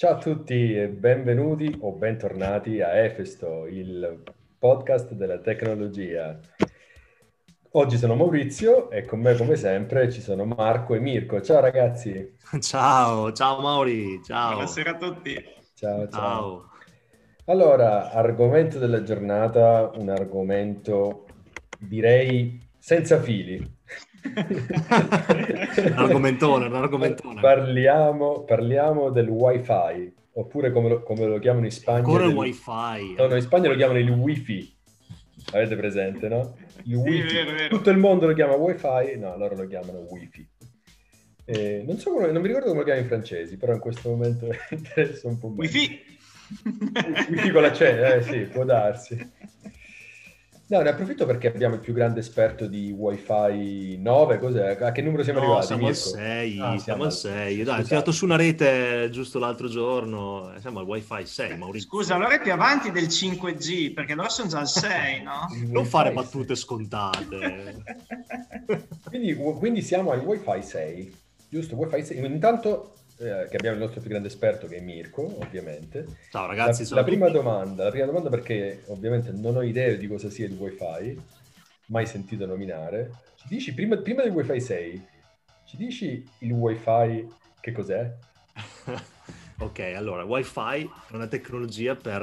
Ciao a tutti e benvenuti o bentornati a Efesto, il podcast della tecnologia. Oggi sono Maurizio e con me come sempre ci sono Marco e Mirko. Ciao ragazzi. Ciao Mauri, ciao. Buonasera a tutti. Ciao, ciao. Ciao. Allora, argomento della giornata, un argomento direi senza fili. Un argomentone. Parliamo del wifi, oppure come lo chiamano in Spagna. Ancora il wifi. No, in Spagna lo chiamano il wifi. Avete presente, no? Il Sì, wifi. vero. Tutto il mondo lo chiama wifi, no, loro lo chiamano wifi. Non mi ricordo come lo chiamano i francesi, però in questo momento mi interessa un po' meno. Wifi. Wifi con la C, sì, può darsi. No, ne approfitto perché abbiamo il più grande esperto di Wi-Fi 9, cos'è? A che numero siamo No, arrivati, siamo al Mirko? 6, siamo al 6. Dai, ho Scusate. tirato su una rete giusto l'altro giorno, siamo al wifi 6, Maurizio. Scusa, allora è più avanti del 5G, perché allora sono già al 6, no? Il Non Wi-Fi fare 6. battute scontate. Quindi siamo al Wi-Fi 6, giusto? Wi-Fi 6. Intanto che abbiamo il nostro più grande esperto che è Mirko, ovviamente. Ciao ragazzi, La ciao a prima tutti. domanda perché ovviamente non ho idea di cosa sia il Wi-Fi, mai sentito nominare. Ci dici, prima del Wi-Fi 6, ci dici il Wi-Fi che cos'è? Ok, allora, Wi-Fi è una tecnologia per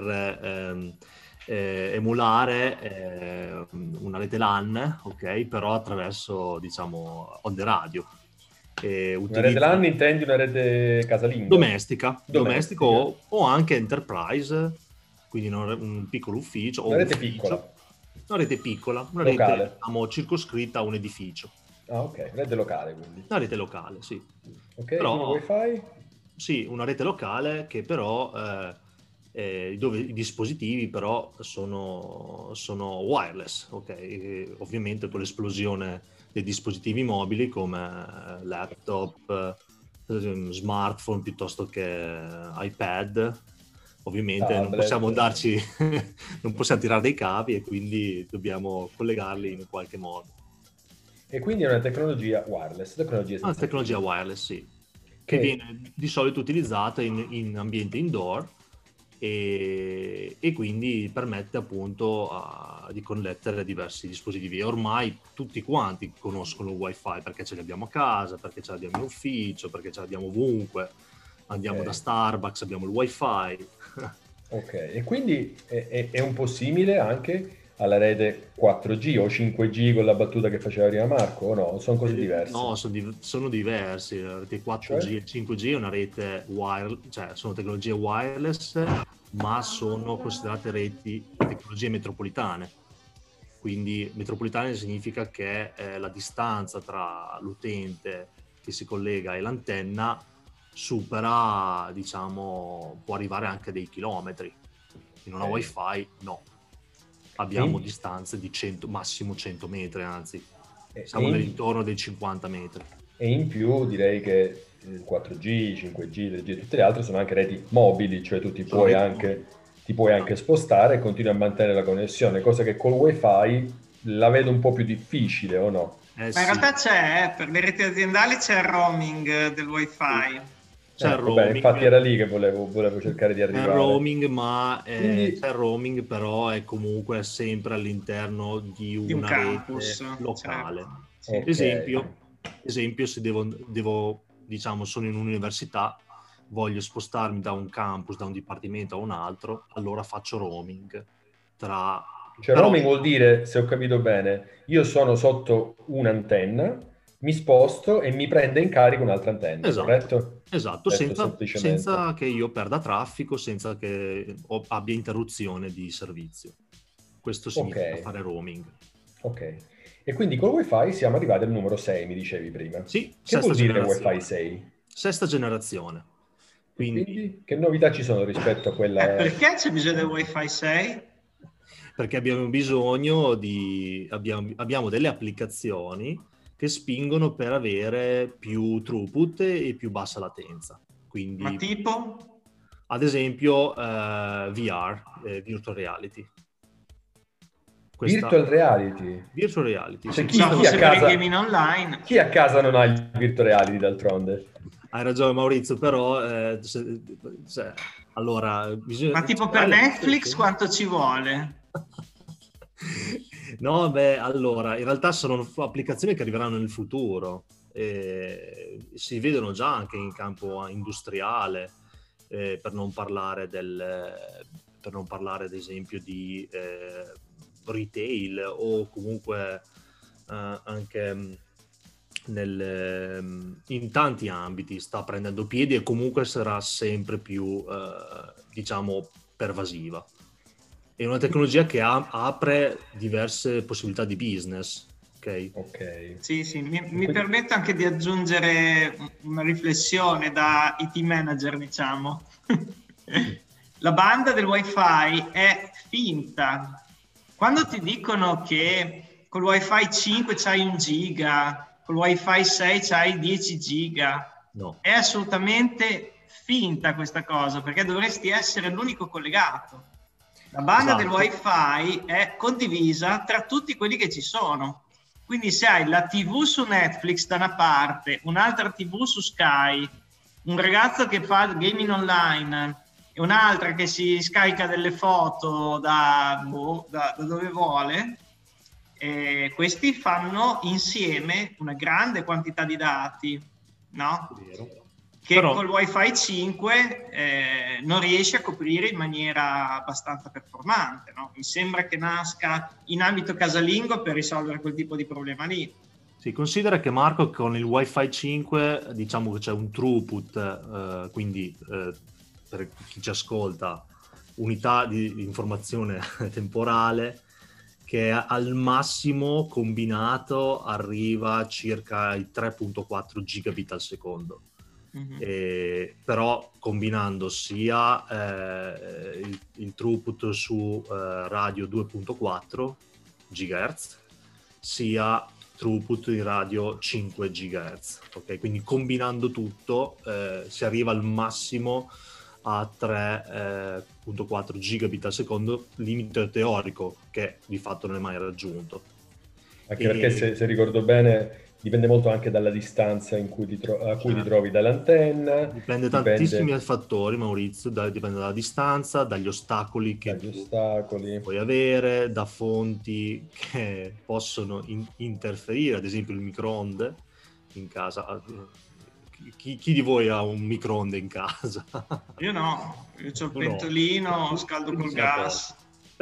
emulare una rete LAN, ok? Però attraverso, diciamo, onde radio. Una rete LAN intendi una rete casalinga? Domestica o anche enterprise, quindi un piccolo ufficio Una o rete ufficio. piccola. Una rete piccola, una Locale. rete, diciamo, circoscritta a un edificio. Ah, ok, rete locale quindi. Una rete locale, sì. Ok, Però, quindi Wi-Fi? Sì, una rete locale che però, dove i dispositivi però sono wireless, ok? E ovviamente con l'esplosione dei dispositivi mobili come laptop, smartphone piuttosto che iPad, ovviamente non Tablet. possiamo andarci, non possiamo tirare dei cavi e quindi dobbiamo collegarli in qualche modo. E quindi è una tecnologia wireless, Una tecnologia wireless, sì, che viene di solito utilizzata in ambiente indoor e quindi permette appunto di connettere diversi dispositivi. E ormai tutti quanti conoscono il wifi perché ce li abbiamo a casa, perché ce l'abbiamo in ufficio, perché ce l'abbiamo ovunque. Andiamo da Starbucks, abbiamo il wifi. Ok, e quindi è un po' simile anche alla rete 4G o 5G con la battuta che faceva prima Marco, o no? Sono cose diverse? No, sono diversi. La rete 4G e 5G è una rete wireless, cioè sono tecnologie wireless, ma sono considerate tecnologie metropolitane. Quindi metropolitane significa che la distanza tra l'utente che si collega e l'antenna supera, diciamo, può arrivare anche a dei chilometri. In una wifi no. Abbiamo distanze di massimo 100 metri, anzi. Siamo nell'intorno dei 50 metri. E in più direi che il 4G, 5G, 3G, tutte le altre sono anche reti mobili, cioè tu ti puoi anche spostare e continui a mantenere la connessione, cosa che col wifi la vedo un po' più difficile, o no? Ma in realtà per le reti aziendali c'è il roaming del wifi. C'è il roaming. Vabbè, infatti era lì che volevo cercare di arrivare. C'è il roaming, ma Quindi... c'è il roaming, però è comunque sempre all'interno di una campus, rete locale. Certo. Sì. Okay. Esempio, se devo, diciamo, sono in un'università, voglio spostarmi da un campus, da un dipartimento a un altro, allora faccio roaming. Roaming vuol dire, se ho capito bene, io sono sotto un'antenna, mi sposto e mi prende in carico un'altra antenna, esatto, corretto? Esatto, senza che io perda traffico, senza che abbia interruzione di servizio. Questo significa fare roaming. Ok. E quindi col wifi siamo arrivati al numero 6, mi dicevi prima. Sì, che vuol dire wifi 6? Sesta generazione. Quindi che novità ci sono rispetto a quella... Perché c'è bisogno del wifi 6? Perché abbiamo bisogno abbiamo delle applicazioni che spingono per avere più throughput e più bassa latenza. Quindi, ma tipo? Ad esempio VR, Virtual Reality. Virtual reality. Virtual reality. Cioè, Sì. chi a casa, gaming online. chi a casa non ha il virtual reality d'altronde? Hai ragione Maurizio, però allora bisogna... Ma tipo per Netflix quanto ci vuole? No, beh, allora, in realtà sono applicazioni che arriveranno nel futuro. Si vedono già anche in campo industriale, per non parlare ad esempio di retail o comunque anche in tanti ambiti sta prendendo piedi e comunque sarà sempre più diciamo pervasiva. È una tecnologia che apre diverse possibilità di business. Ok. Sì, mi permetto anche di aggiungere una riflessione da IT manager, diciamo. La banda del wifi è finta. Quando ti dicono che col wifi 5 c'hai 1 giga, col wifi 6 c'hai 10 giga, no, è assolutamente finta questa cosa, perché dovresti essere l'unico collegato. La banda del wifi è condivisa tra tutti quelli che ci sono. Quindi se hai la TV su Netflix da una parte, un'altra TV su Sky, un ragazzo che fa gaming online e un'altra che si scarica delle foto da dove vuole, questi fanno insieme una grande quantità di dati, no? Che col Wi-Fi 5 non riesce a coprire in maniera abbastanza performante, no? Mi sembra che nasca in ambito casalingo per risolvere quel tipo di problema lì. Si considera che Marco con il Wi-Fi 5 diciamo che c'è un throughput, quindi per chi ci ascolta, unità di informazione temporale che al massimo combinato arriva a circa i 3.4 gigabit al secondo. Però combinando sia il throughput su radio 2.4 GHz sia throughput in radio 5 GHz, ok? Quindi combinando tutto si arriva al massimo a 3.4 gigabit al secondo, limite teorico che di fatto non è mai raggiunto. Anche perché se ricordo bene dipende molto anche dalla distanza in cui a cui ti trovi dall'antenna. Dipende tantissimi fattori, Maurizio, dipende dalla distanza, dagli ostacoli che puoi avere, da fonti che possono interferire, ad esempio il microonde in casa. Chi di voi ha un microonde in casa? Io no, io ho il pentolino, scaldo col gas.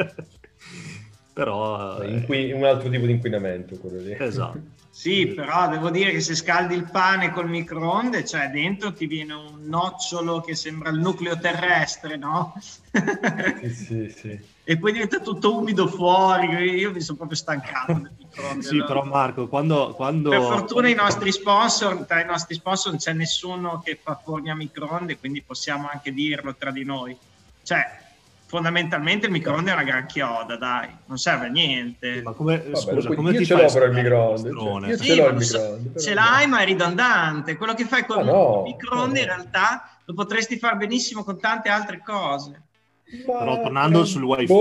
Però un altro tipo di inquinamento quello lì. Esatto. Sì, però devo dire che se scaldi il pane col microonde, cioè dentro ti viene un nocciolo che sembra il nucleo terrestre, no? Sì. E poi diventa tutto umido fuori. Io mi sono proprio stancato del microonde. Sì, allora. Però Marco, quando... Per fortuna tra i nostri sponsor non c'è nessuno che fa forni a microonde, quindi possiamo anche dirlo tra di noi. Cioè, fondamentalmente il microonde è una gran chioda, dai, non serve a niente. Ma come io ti ce fai l'ho però il microonde, io ce l'ho il microonde. Ce l'hai, ma è ridondante. Quello che fai con il microonde in realtà lo potresti fare benissimo con tante altre cose. Però tornando sul wifi,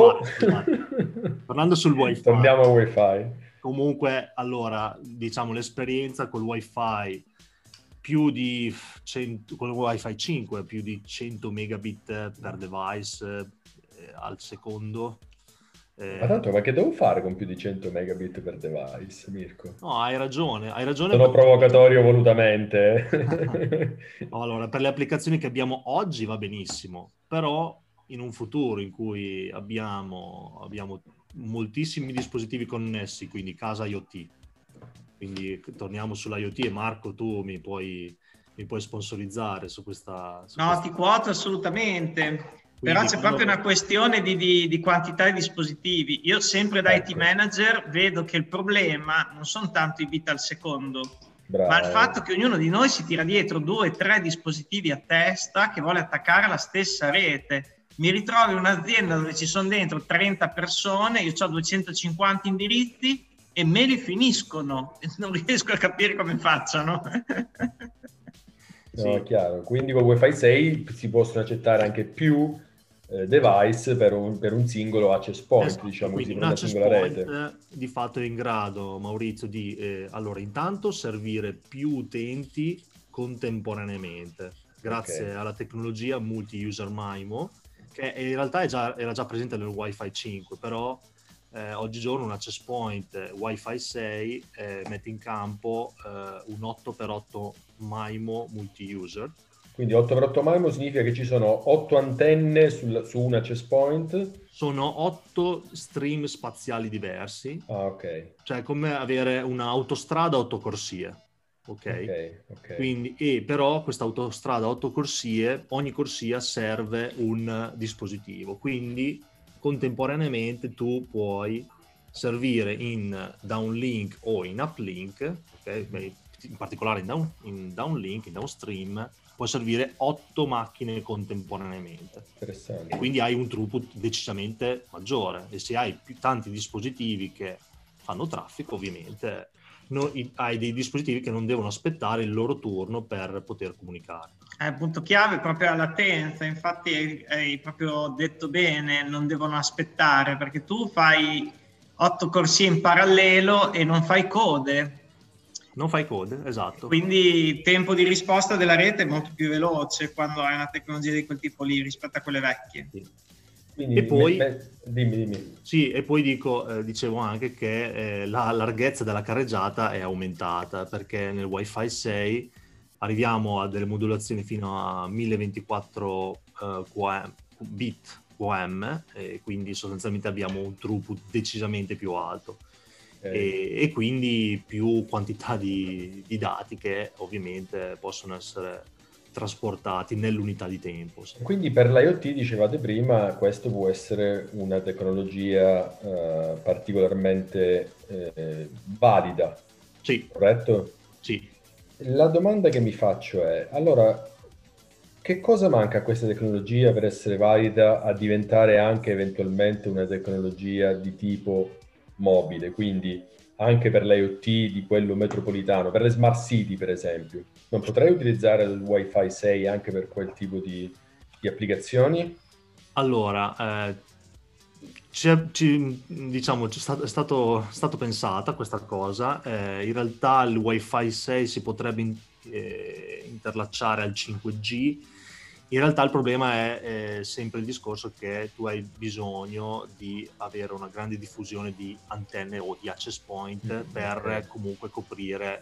torniamo al wifi. Comunque, allora, diciamo l'esperienza col wifi più di 100, con il wifi 5 più di 100 megabit per device al secondo. Ma che devo fare con più di 100 megabit per device, Mirko? No, hai ragione. Sono provocatorio volutamente. No, allora, per le applicazioni che abbiamo oggi va benissimo, però in un futuro in cui abbiamo moltissimi dispositivi connessi, quindi casa IoT, quindi torniamo sull'IoT e Marco tu mi puoi sponsorizzare su questa... Ti quoto assolutamente. Però c'è proprio una questione di quantità di dispositivi. Io sempre da IT manager vedo che il problema non sono tanto i bit al secondo, ma il fatto che ognuno di noi si tira dietro 2 o 3 dispositivi a testa che vuole attaccare alla stessa rete. Mi ritrovo in un'azienda dove ci sono dentro 30 persone, io ho 250 indirizzi e me li finiscono. Non riesco a capire come facciano. No, è chiaro. Quindi con Wi-Fi 6 si possono accettare anche più device per un singolo access point, Esatto, diciamo così, quindi per un una access singola rete. point di fatto è in grado, Maurizio, di allora intanto servire più utenti contemporaneamente grazie alla tecnologia multi-user MIMO, che in realtà era già presente nel Wi-Fi 5, però oggigiorno un access point Wi-Fi 6 mette in campo un 8x8 MIMO multi-user. Quindi 8x8 MIMO significa che ci sono 8 antenne su un access point. Sono 8 stream spaziali diversi. Ah, ok. Cioè come avere un'autostrada a 8 corsie. Ok. Quindi, però questa autostrada a 8 corsie, ogni corsia serve un dispositivo. Quindi contemporaneamente tu puoi servire in downlink o in uplink, okay? In particolare in downlink, in downstream, può servire 8 macchine contemporaneamente. Interessante. E quindi hai un throughput decisamente maggiore, e se hai tanti dispositivi che fanno traffico, ovviamente hai dei dispositivi che non devono aspettare il loro turno per poter comunicare. Il punto chiave è proprio la latenza, infatti hai proprio detto bene, non devono aspettare, perché tu fai 8 corsie in parallelo e non fai code. Non fai code, esatto. Quindi il tempo di risposta della rete è molto più veloce quando hai una tecnologia di quel tipo lì rispetto a quelle vecchie. Sì. Quindi, e poi dimmi. Sì, e poi dicevo anche che la larghezza della carreggiata è aumentata, perché nel Wi-Fi 6 arriviamo a delle modulazioni fino a 1024 bit QM, e quindi sostanzialmente abbiamo un throughput decisamente più alto. E quindi più quantità di dati che ovviamente possono essere trasportati nell'unità di tempo. Sì. Quindi per l'IoT, dicevate prima, questo può essere una tecnologia particolarmente valida, Sì. corretto? Sì. La domanda che mi faccio è, allora, che cosa manca a questa tecnologia per essere valida a diventare anche eventualmente una tecnologia di tipo mobile, quindi anche per l'IoT di quello metropolitano, per le smart city per esempio? Non potrei utilizzare il Wi-Fi 6 anche per quel tipo di applicazioni? Allora, diciamo, è stato pensata questa cosa. In realtà il Wi-Fi 6 si potrebbe interlacciare al 5G. In realtà il problema è sempre il discorso che tu hai bisogno di avere una grande diffusione di antenne o di access point per comunque coprire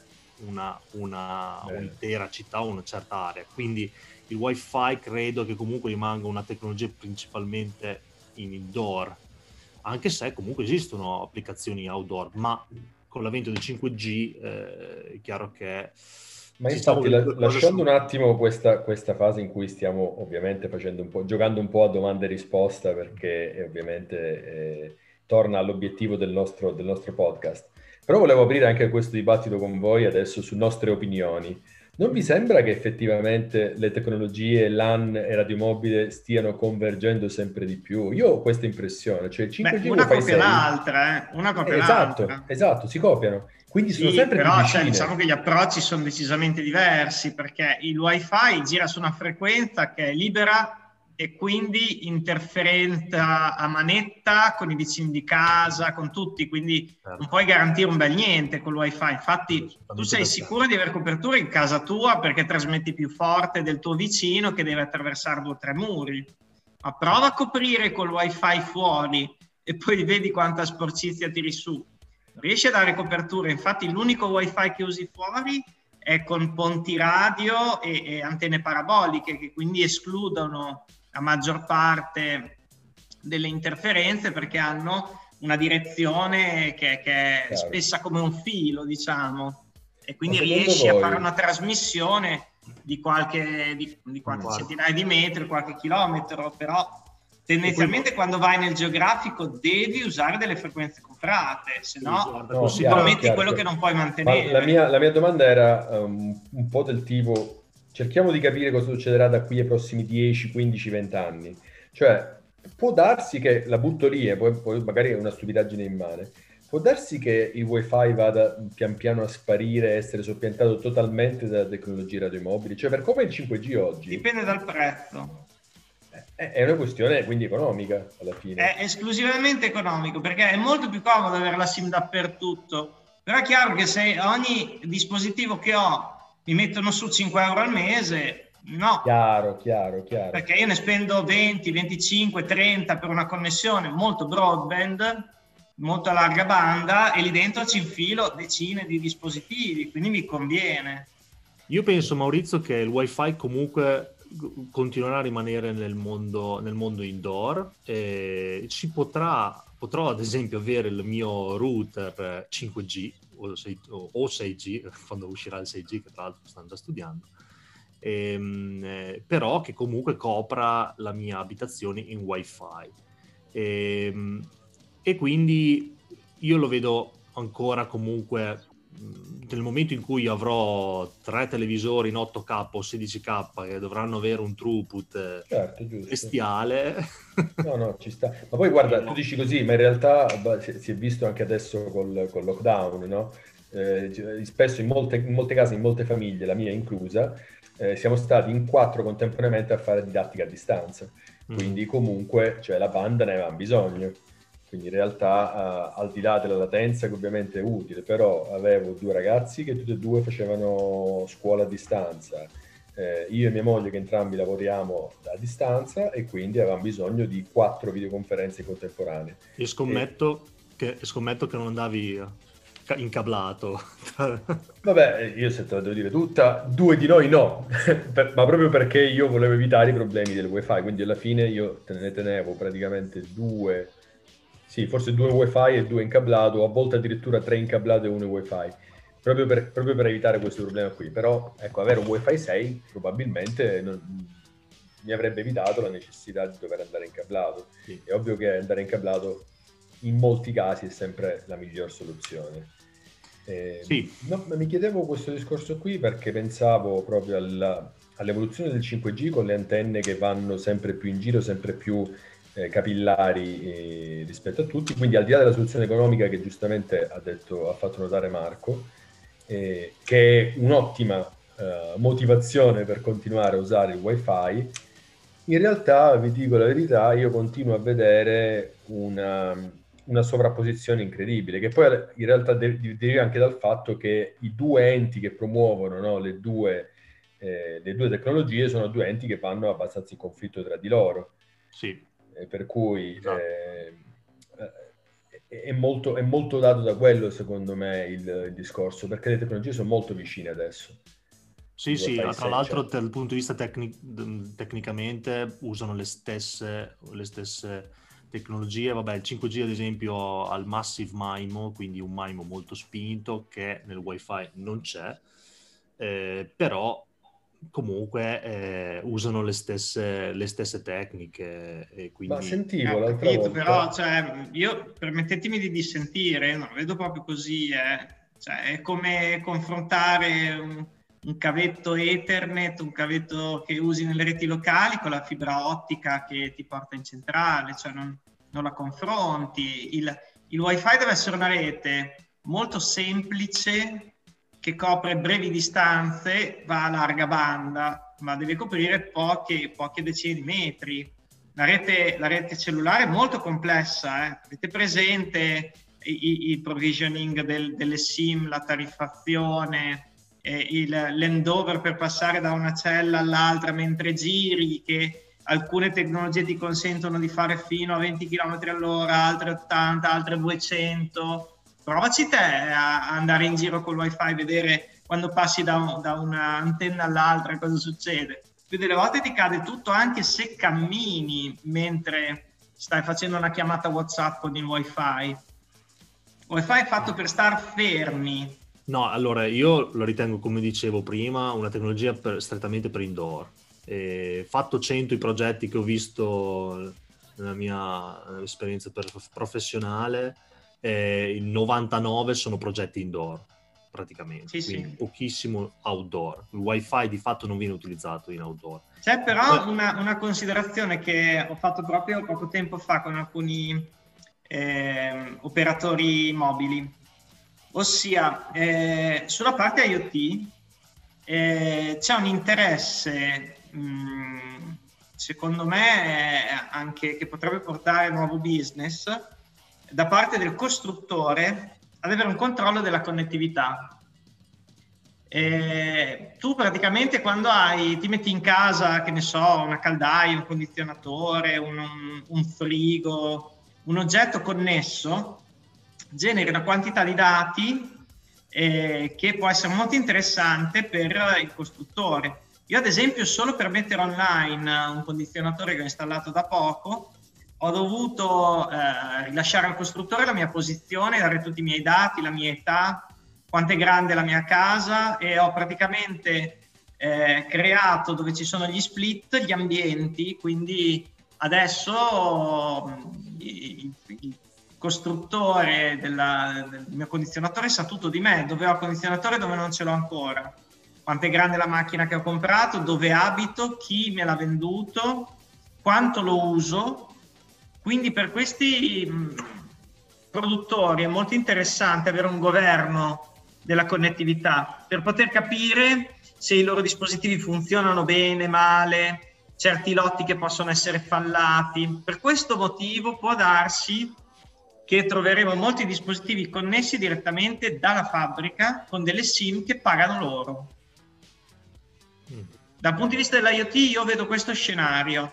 un'intera città o una certa area. Quindi il Wi-Fi credo che comunque rimanga una tecnologia principalmente in indoor, anche se comunque esistono applicazioni outdoor, ma con l'avvento del 5G è chiaro che... Ma infatti, lasciando un attimo questa fase in cui stiamo ovviamente giocando un po' a domanda e risposta, perché ovviamente torna all'obiettivo del nostro podcast. Però volevo aprire anche questo dibattito con voi adesso su nostre opinioni. Non vi sembra che effettivamente le tecnologie LAN e radiomobile stiano convergendo sempre di più? Io ho questa impressione, cioè 5G una Wi-Fi copia 6... l'altra, una copia l'altra. Esatto, si copiano. Quindi sono Sì, sempre più però vicine. diciamo che gli approcci sono decisamente diversi, perché il Wi-Fi gira su una frequenza che è libera e quindi interferenza a manetta con i vicini di casa, con tutti, quindi non puoi garantire un bel niente con il Wi-Fi. Infatti tu sei sicuro di avere copertura in casa tua perché trasmetti più forte del tuo vicino che deve attraversare 2 o 3 muri. Ma prova a coprire col Wi-Fi fuori e poi vedi quanta sporcizia tiri su. Riesci a dare copertura, infatti l'unico Wi-Fi che usi fuori è con ponti radio e antenne paraboliche, che quindi escludono la maggior parte delle interferenze perché hanno una direzione che è spessa come un filo, diciamo, e quindi riesci a fare una trasmissione di qualche centinaia di metri, qualche chilometro, però tendenzialmente quando vai nel geografico devi usare delle frequenze comprate, se no metti quello che non puoi mantenere. Ma la mia domanda era un po' del tipo, cerchiamo di capire cosa succederà da qui ai prossimi 10, 15, 20 anni. Cioè, può darsi che, la butto lì e poi magari è una stupidaggine immane, può darsi che il Wi-Fi vada pian piano a sparire, essere soppiantato totalmente dalle tecnologie radiomobili? Cioè, per come il 5G oggi... Dipende dal prezzo. È una questione quindi economica alla fine. È esclusivamente economico, perché è molto più comodo avere la SIM dappertutto. Però è chiaro che se ogni dispositivo che ho mi mettono su 5 euro al mese, no. Chiaro. Perché io ne spendo 20, 25, 30 per una connessione molto broadband, molto a larga banda, e lì dentro ci infilo decine di dispositivi, quindi mi conviene. Io penso, Maurizio, che il wifi comunque continuerà a rimanere nel mondo indoor, e potrò ad esempio avere il mio router 5G o 6G quando uscirà il 6G, che tra l'altro stanno già studiando, però che comunque copra la mia abitazione in wifi, e quindi io lo vedo ancora comunque, nel momento in cui avrò 3 televisori in 8K o 16K che dovranno avere un throughput bestiale. No, ci sta. Ma poi guarda, tu dici così, ma in realtà si è visto anche adesso col lockdown, no? Spesso in molte case, in molte famiglie, la mia inclusa, siamo stati in 4 contemporaneamente a fare didattica a distanza. Quindi comunque, cioè, la banda ne avevamo bisogno. Quindi in realtà, al di là della latenza, che ovviamente è utile, però avevo 2 ragazzi che tutti e 2 facevano scuola a distanza, io e mia moglie che entrambi lavoriamo a distanza, e quindi avevamo bisogno di 4 videoconferenze contemporanee. E scommetto che non andavi incablato. Vabbè, io se te la devo dire tutta, 2 di noi no, ma proprio perché io volevo evitare i problemi del wifi, quindi alla fine io ne tenevo praticamente 2... Sì, forse 2 wifi e 2 incablato, a volte addirittura 3 incablato e 1 wifi, proprio per evitare questo problema qui. Però, ecco, avere un wifi 6 probabilmente mi avrebbe evitato la necessità di dover andare incablato. Sì. È ovvio che andare incablato in molti casi è sempre la miglior soluzione. Sì. No, mi chiedevo questo discorso qui perché pensavo proprio all'evoluzione del 5G con le antenne che vanno sempre più in giro, sempre più capillari rispetto a tutti, quindi al di là della soluzione economica che giustamente ha fatto notare Marco, che è un'ottima motivazione per continuare a usare il wifi, in realtà, vi dico la verità, io continuo a vedere una sovrapposizione incredibile, che poi in realtà deriva anche dal fatto che i 2 enti che promuovono, no, le due tecnologie sono 2 enti che vanno abbastanza in conflitto tra di loro. Sì. Per cui è molto dato da quello, secondo me, il discorso, perché le tecnologie sono molto vicine adesso. Sì, tra l'altro dal punto di vista tecnicamente usano le stesse tecnologie. Vabbè, il 5G ad esempio ha il Massive MIMO, quindi un MIMO molto spinto che nel wifi non c'è, però comunque usano le stesse tecniche, e quindi... Ma sentivo l'altra volta... Però, cioè, io, permettetemi di dissentire, non lo vedo proprio così, cioè, è come confrontare un cavetto Ethernet, un cavetto che usi nelle reti locali con la fibra ottica che ti porta in centrale, cioè non la confronti. Il wifi deve essere una rete molto semplice, che copre brevi distanze, va a larga banda, ma deve coprire poche decine di metri. La rete cellulare è molto complessa, avete presente il provisioning delle SIM, la tariffazione, l'handover per passare da una cella all'altra mentre giri, che alcune tecnologie ti consentono di fare fino a 20 km all'ora, altre 80, altre 200. Provaci te a andare in giro col wifi, vedere quando passi da un'antenna all'altra cosa succede. Più delle volte ti cade tutto, anche se cammini mentre stai facendo una chiamata WhatsApp con il wifi. Il wifi è fatto per star fermi. No, allora io lo ritengo, come dicevo prima, una tecnologia strettamente per indoor. Fatto 100 i progetti che ho visto nella mia esperienza professionale, il 99 sono progetti indoor praticamente, quindi pochissimo outdoor. Il wifi di fatto non viene utilizzato in outdoor. C'è però una considerazione che ho fatto proprio poco tempo fa con alcuni operatori mobili, ossia sulla parte IoT c'è un interesse secondo me, anche che potrebbe portare nuovo business da parte del costruttore ad avere un controllo della connettività. Tu praticamente quando ti metti in casa, che ne so, una caldaia, un condizionatore, un frigo, un oggetto connesso, generi una quantità di dati che può essere molto interessante per il costruttore. Io ad esempio, solo per mettere online un condizionatore che ho installato da poco, ho dovuto rilasciare al costruttore la mia posizione, dare tutti i miei dati, la mia età, quanto è grande la mia casa, e ho praticamente creato, dove ci sono gli split, gli ambienti. Quindi adesso il costruttore del mio condizionatore sa tutto di me, dove ho il condizionatore e dove non ce l'ho ancora, quanto è grande la macchina che ho comprato, dove abito, chi me l'ha venduto, quanto lo uso. Quindi per questi produttori è molto interessante avere un governo della connettività per poter capire se i loro dispositivi funzionano bene, male, certi lotti che possono essere fallati. Per questo motivo può darsi che troveremo molti dispositivi connessi direttamente dalla fabbrica con delle SIM che pagano loro. Dal punto di vista dell'IoT io vedo questo scenario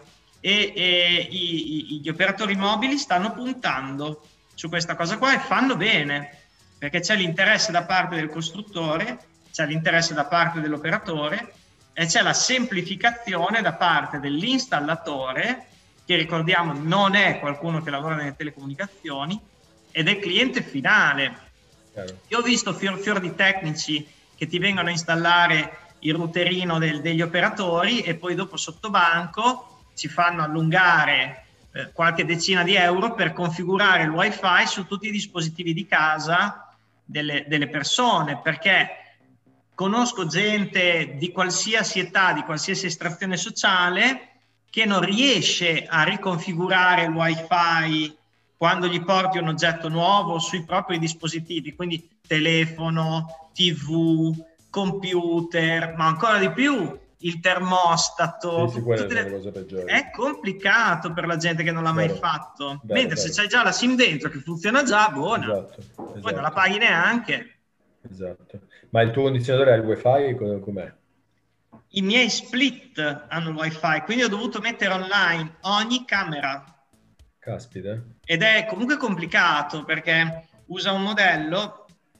e gli operatori mobili stanno puntando su questa cosa qua e fanno bene, perché c'è l'interesse da parte del costruttore, c'è l'interesse da parte dell'operatore e c'è la semplificazione da parte dell'installatore, che ricordiamo non è qualcuno che lavora nelle telecomunicazioni, e del cliente finale. Io ho visto fior di tecnici che ti vengono a installare il routerino degli operatori e poi dopo sotto banco ci fanno allungare qualche decina di euro per configurare il wifi su tutti i dispositivi di casa delle persone, perché conosco gente di qualsiasi età, di qualsiasi estrazione sociale, che non riesce a riconfigurare il wifi quando gli porti un oggetto nuovo sui propri dispositivi, quindi telefono, TV, computer, ma ancora di più il termostato. Sì, quelle sono le cose peggiori. È complicato per la gente che non l'ha mai fatto. Mentre se c'hai già la SIM dentro che funziona già, buona. Esatto. Poi non la paghi neanche. Esatto. Ma il tuo condizionatore ha il wifi? Com'è? I miei split hanno il wifi, quindi ho dovuto mettere online ogni camera. Caspita. Ed è comunque complicato perché usa un modello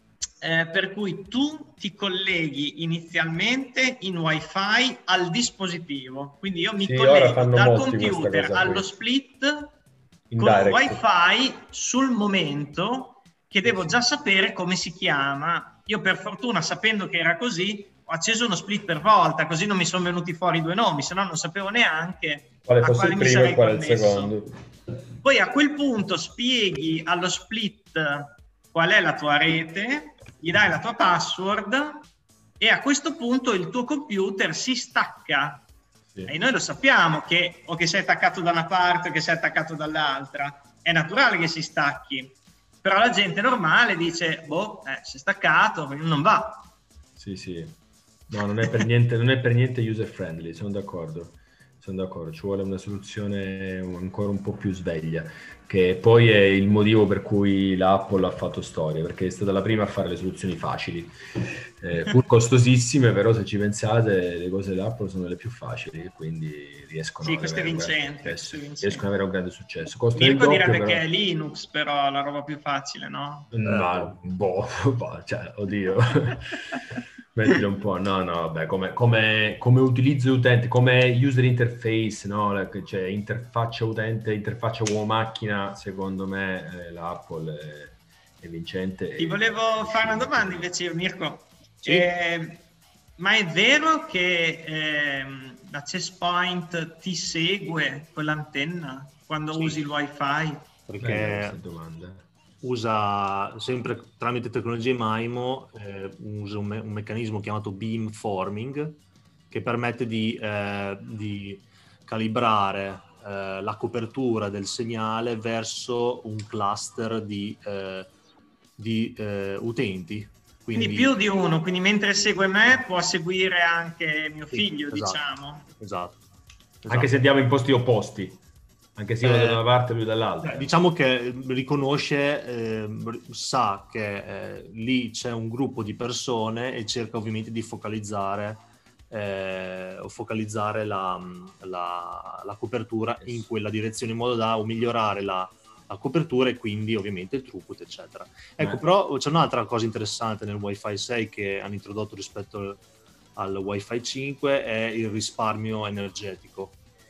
per cui tu ti colleghi inizialmente in wifi al dispositivo, quindi io mi collego dal computer allo split con un wifi sul momento, che devo già sapere come si chiama. Io per fortuna, sapendo che era così, ho acceso uno split per volta, così non mi sono venuti fuori due nomi, se no non sapevo neanche quale fosse il primo e quale il secondo. Poi a quel punto spieghi allo split qual è la tua rete, gli dai la tua password e a questo punto il tuo computer si stacca. Sì. E noi lo sappiamo che o che sei attaccato da una parte o che sei attaccato dall'altra. È naturale che si stacchi. Però la gente normale dice, si è staccato, non va. Sì. No, non è per niente user friendly, sono d'accordo. Ci vuole una soluzione ancora un po' più sveglia, che poi è il motivo per cui l'Apple ha fatto storia, perché è stata la prima a fare le soluzioni facili, pur costosissime, però se ci pensate le cose dell'Apple sono le più facili, quindi riescono ad avere un grande successo. Mirko direbbe che è Linux però la roba più facile, no? No, cioè, oddio. Mettile un po', vabbè, come utilizzo utente, come user interface, no? Cioè interfaccia utente, interfaccia uomo-macchina, secondo me l'Apple è vincente. Ti volevo fare una domanda invece io, Mirko. Sì? Ma è vero che la ChessPoint ti segue con l'antenna quando usi il wifi? Perché usa sempre tramite tecnologie MIMO, usa un meccanismo chiamato beamforming che permette di calibrare la copertura del segnale verso un cluster di utenti. Quindi più di uno, quindi mentre segue me può seguire anche mio figlio, diciamo. Esatto. Anche se andiamo in posti opposti, anche se io da una parte e lui dall'altra. Diciamo che riconosce, sa che lì c'è un gruppo di persone e cerca ovviamente di focalizzare la copertura in quella direzione, in modo da migliorare la copertura e quindi ovviamente il throughput, eccetera. Ecco, però c'è un'altra cosa interessante nel Wi-Fi 6 che hanno introdotto rispetto al Wi-Fi 5, è il risparmio energetico.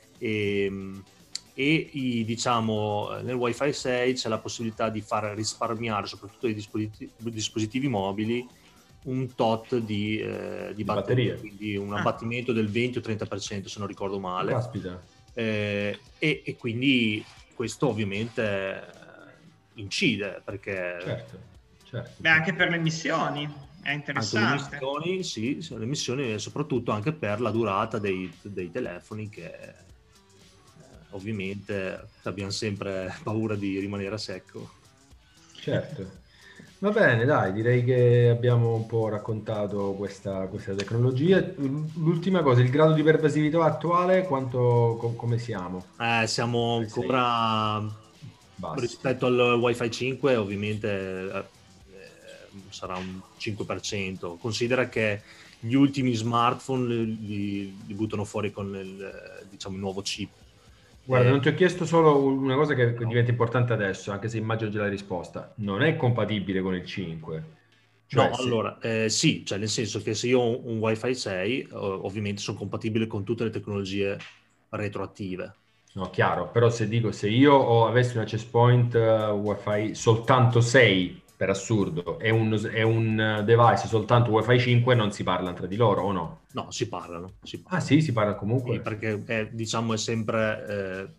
Diciamo, nel Wi-Fi 6 c'è la possibilità di far risparmiare, soprattutto i dispositivi mobili, un tot di batteria, quindi un abbattimento del 20 o 30%, se non ricordo male. Caspita. E quindi questo ovviamente incide, perché certo. Beh, anche per le emissioni è interessante. Anche le emissioni, sì, le emissioni, e soprattutto anche per la durata dei telefoni, che ovviamente abbiamo sempre paura di rimanere a secco. Certo. Va bene, dai, direi che abbiamo un po' raccontato questa tecnologia. L'ultima cosa, il grado di pervasività attuale, come siamo? Siamo ancora bassi. Rispetto al Wi-Fi 5, ovviamente sarà un 5%. Considera che gli ultimi smartphone li buttano fuori con il nuovo chip. Guarda, non ti ho chiesto solo una cosa che diventa importante adesso, anche se immagino già la risposta. Non è compatibile con il 5? Cioè, no, allora, sì, cioè nel senso che se io ho un Wi-Fi 6, ovviamente sono compatibile con tutte le tecnologie retroattive. No, chiaro, però se io avessi un access point Wi-Fi soltanto 6, per assurdo, è un device soltanto Wi-Fi 5, non si parlano tra di loro, o no? No, si parlano. Ah sì, si parla comunque? Sì, perché è sempre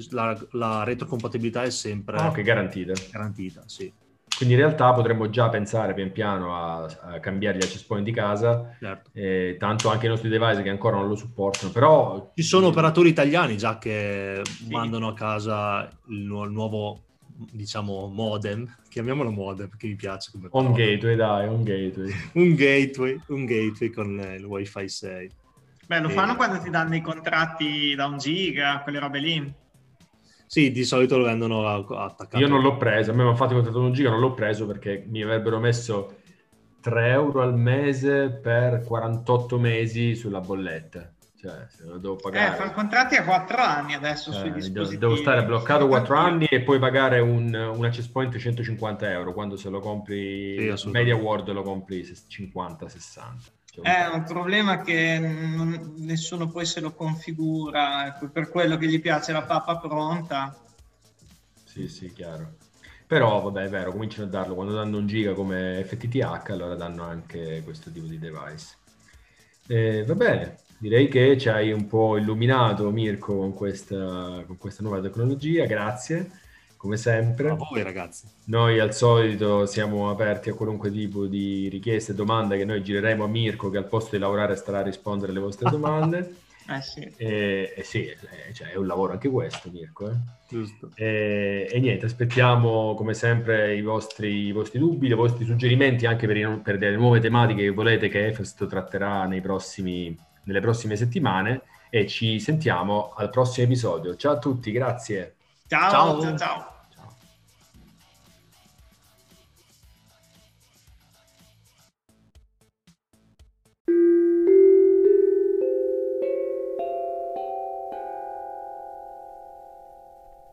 la retrocompatibilità è sempre garantita, sì. Quindi in realtà potremmo già pensare pian piano a cambiare gli access point di casa, certo. Tanto anche i nostri device che ancora non lo supportano, però... Ci sono operatori italiani già che mandano a casa il nuovo, diciamo, modem, chiamiamolo modem, perché mi piace come un gateway. un gateway con il Wi-Fi 6. Beh, lo fanno quando ti danno i contratti da 1 giga, quelle robe lì. Sì, di solito lo vendono attaccato. Io non l'ho preso, a me mi hanno fatto il contratto da 1 giga, non l'ho preso perché mi avrebbero messo 3 euro al mese per 48 mesi sulla bolletta. Cioè, se lo devo pagare. Fanno contratti a 4 anni adesso sui dispositivi. Devo stare bloccato 4 anni e poi pagare un access point 150 euro, quando se lo compri Media World lo compri 50-60. È un problema che nessuno poi se lo configura, per quello che gli piace la pappa pronta. Sì, chiaro. Però vabbè, è vero, cominciano a darlo quando danno 1 giga come FTTH, allora danno anche questo tipo di device. Va bene, direi che ci hai un po' illuminato, Mirko, con questa nuova tecnologia, grazie, come sempre. A voi ragazzi. Noi al solito siamo aperti a qualunque tipo di richieste e domande che noi gireremo a Mirko, che al posto di lavorare starà a rispondere alle vostre domande. Sì. Cioè, è un lavoro anche questo, Mirko. Giusto. E niente, aspettiamo come sempre i vostri dubbi, i vostri suggerimenti anche per delle nuove tematiche che volete che Efest tratterà nelle prossime settimane, e ci sentiamo al prossimo episodio. Ciao a tutti, grazie. Ciao.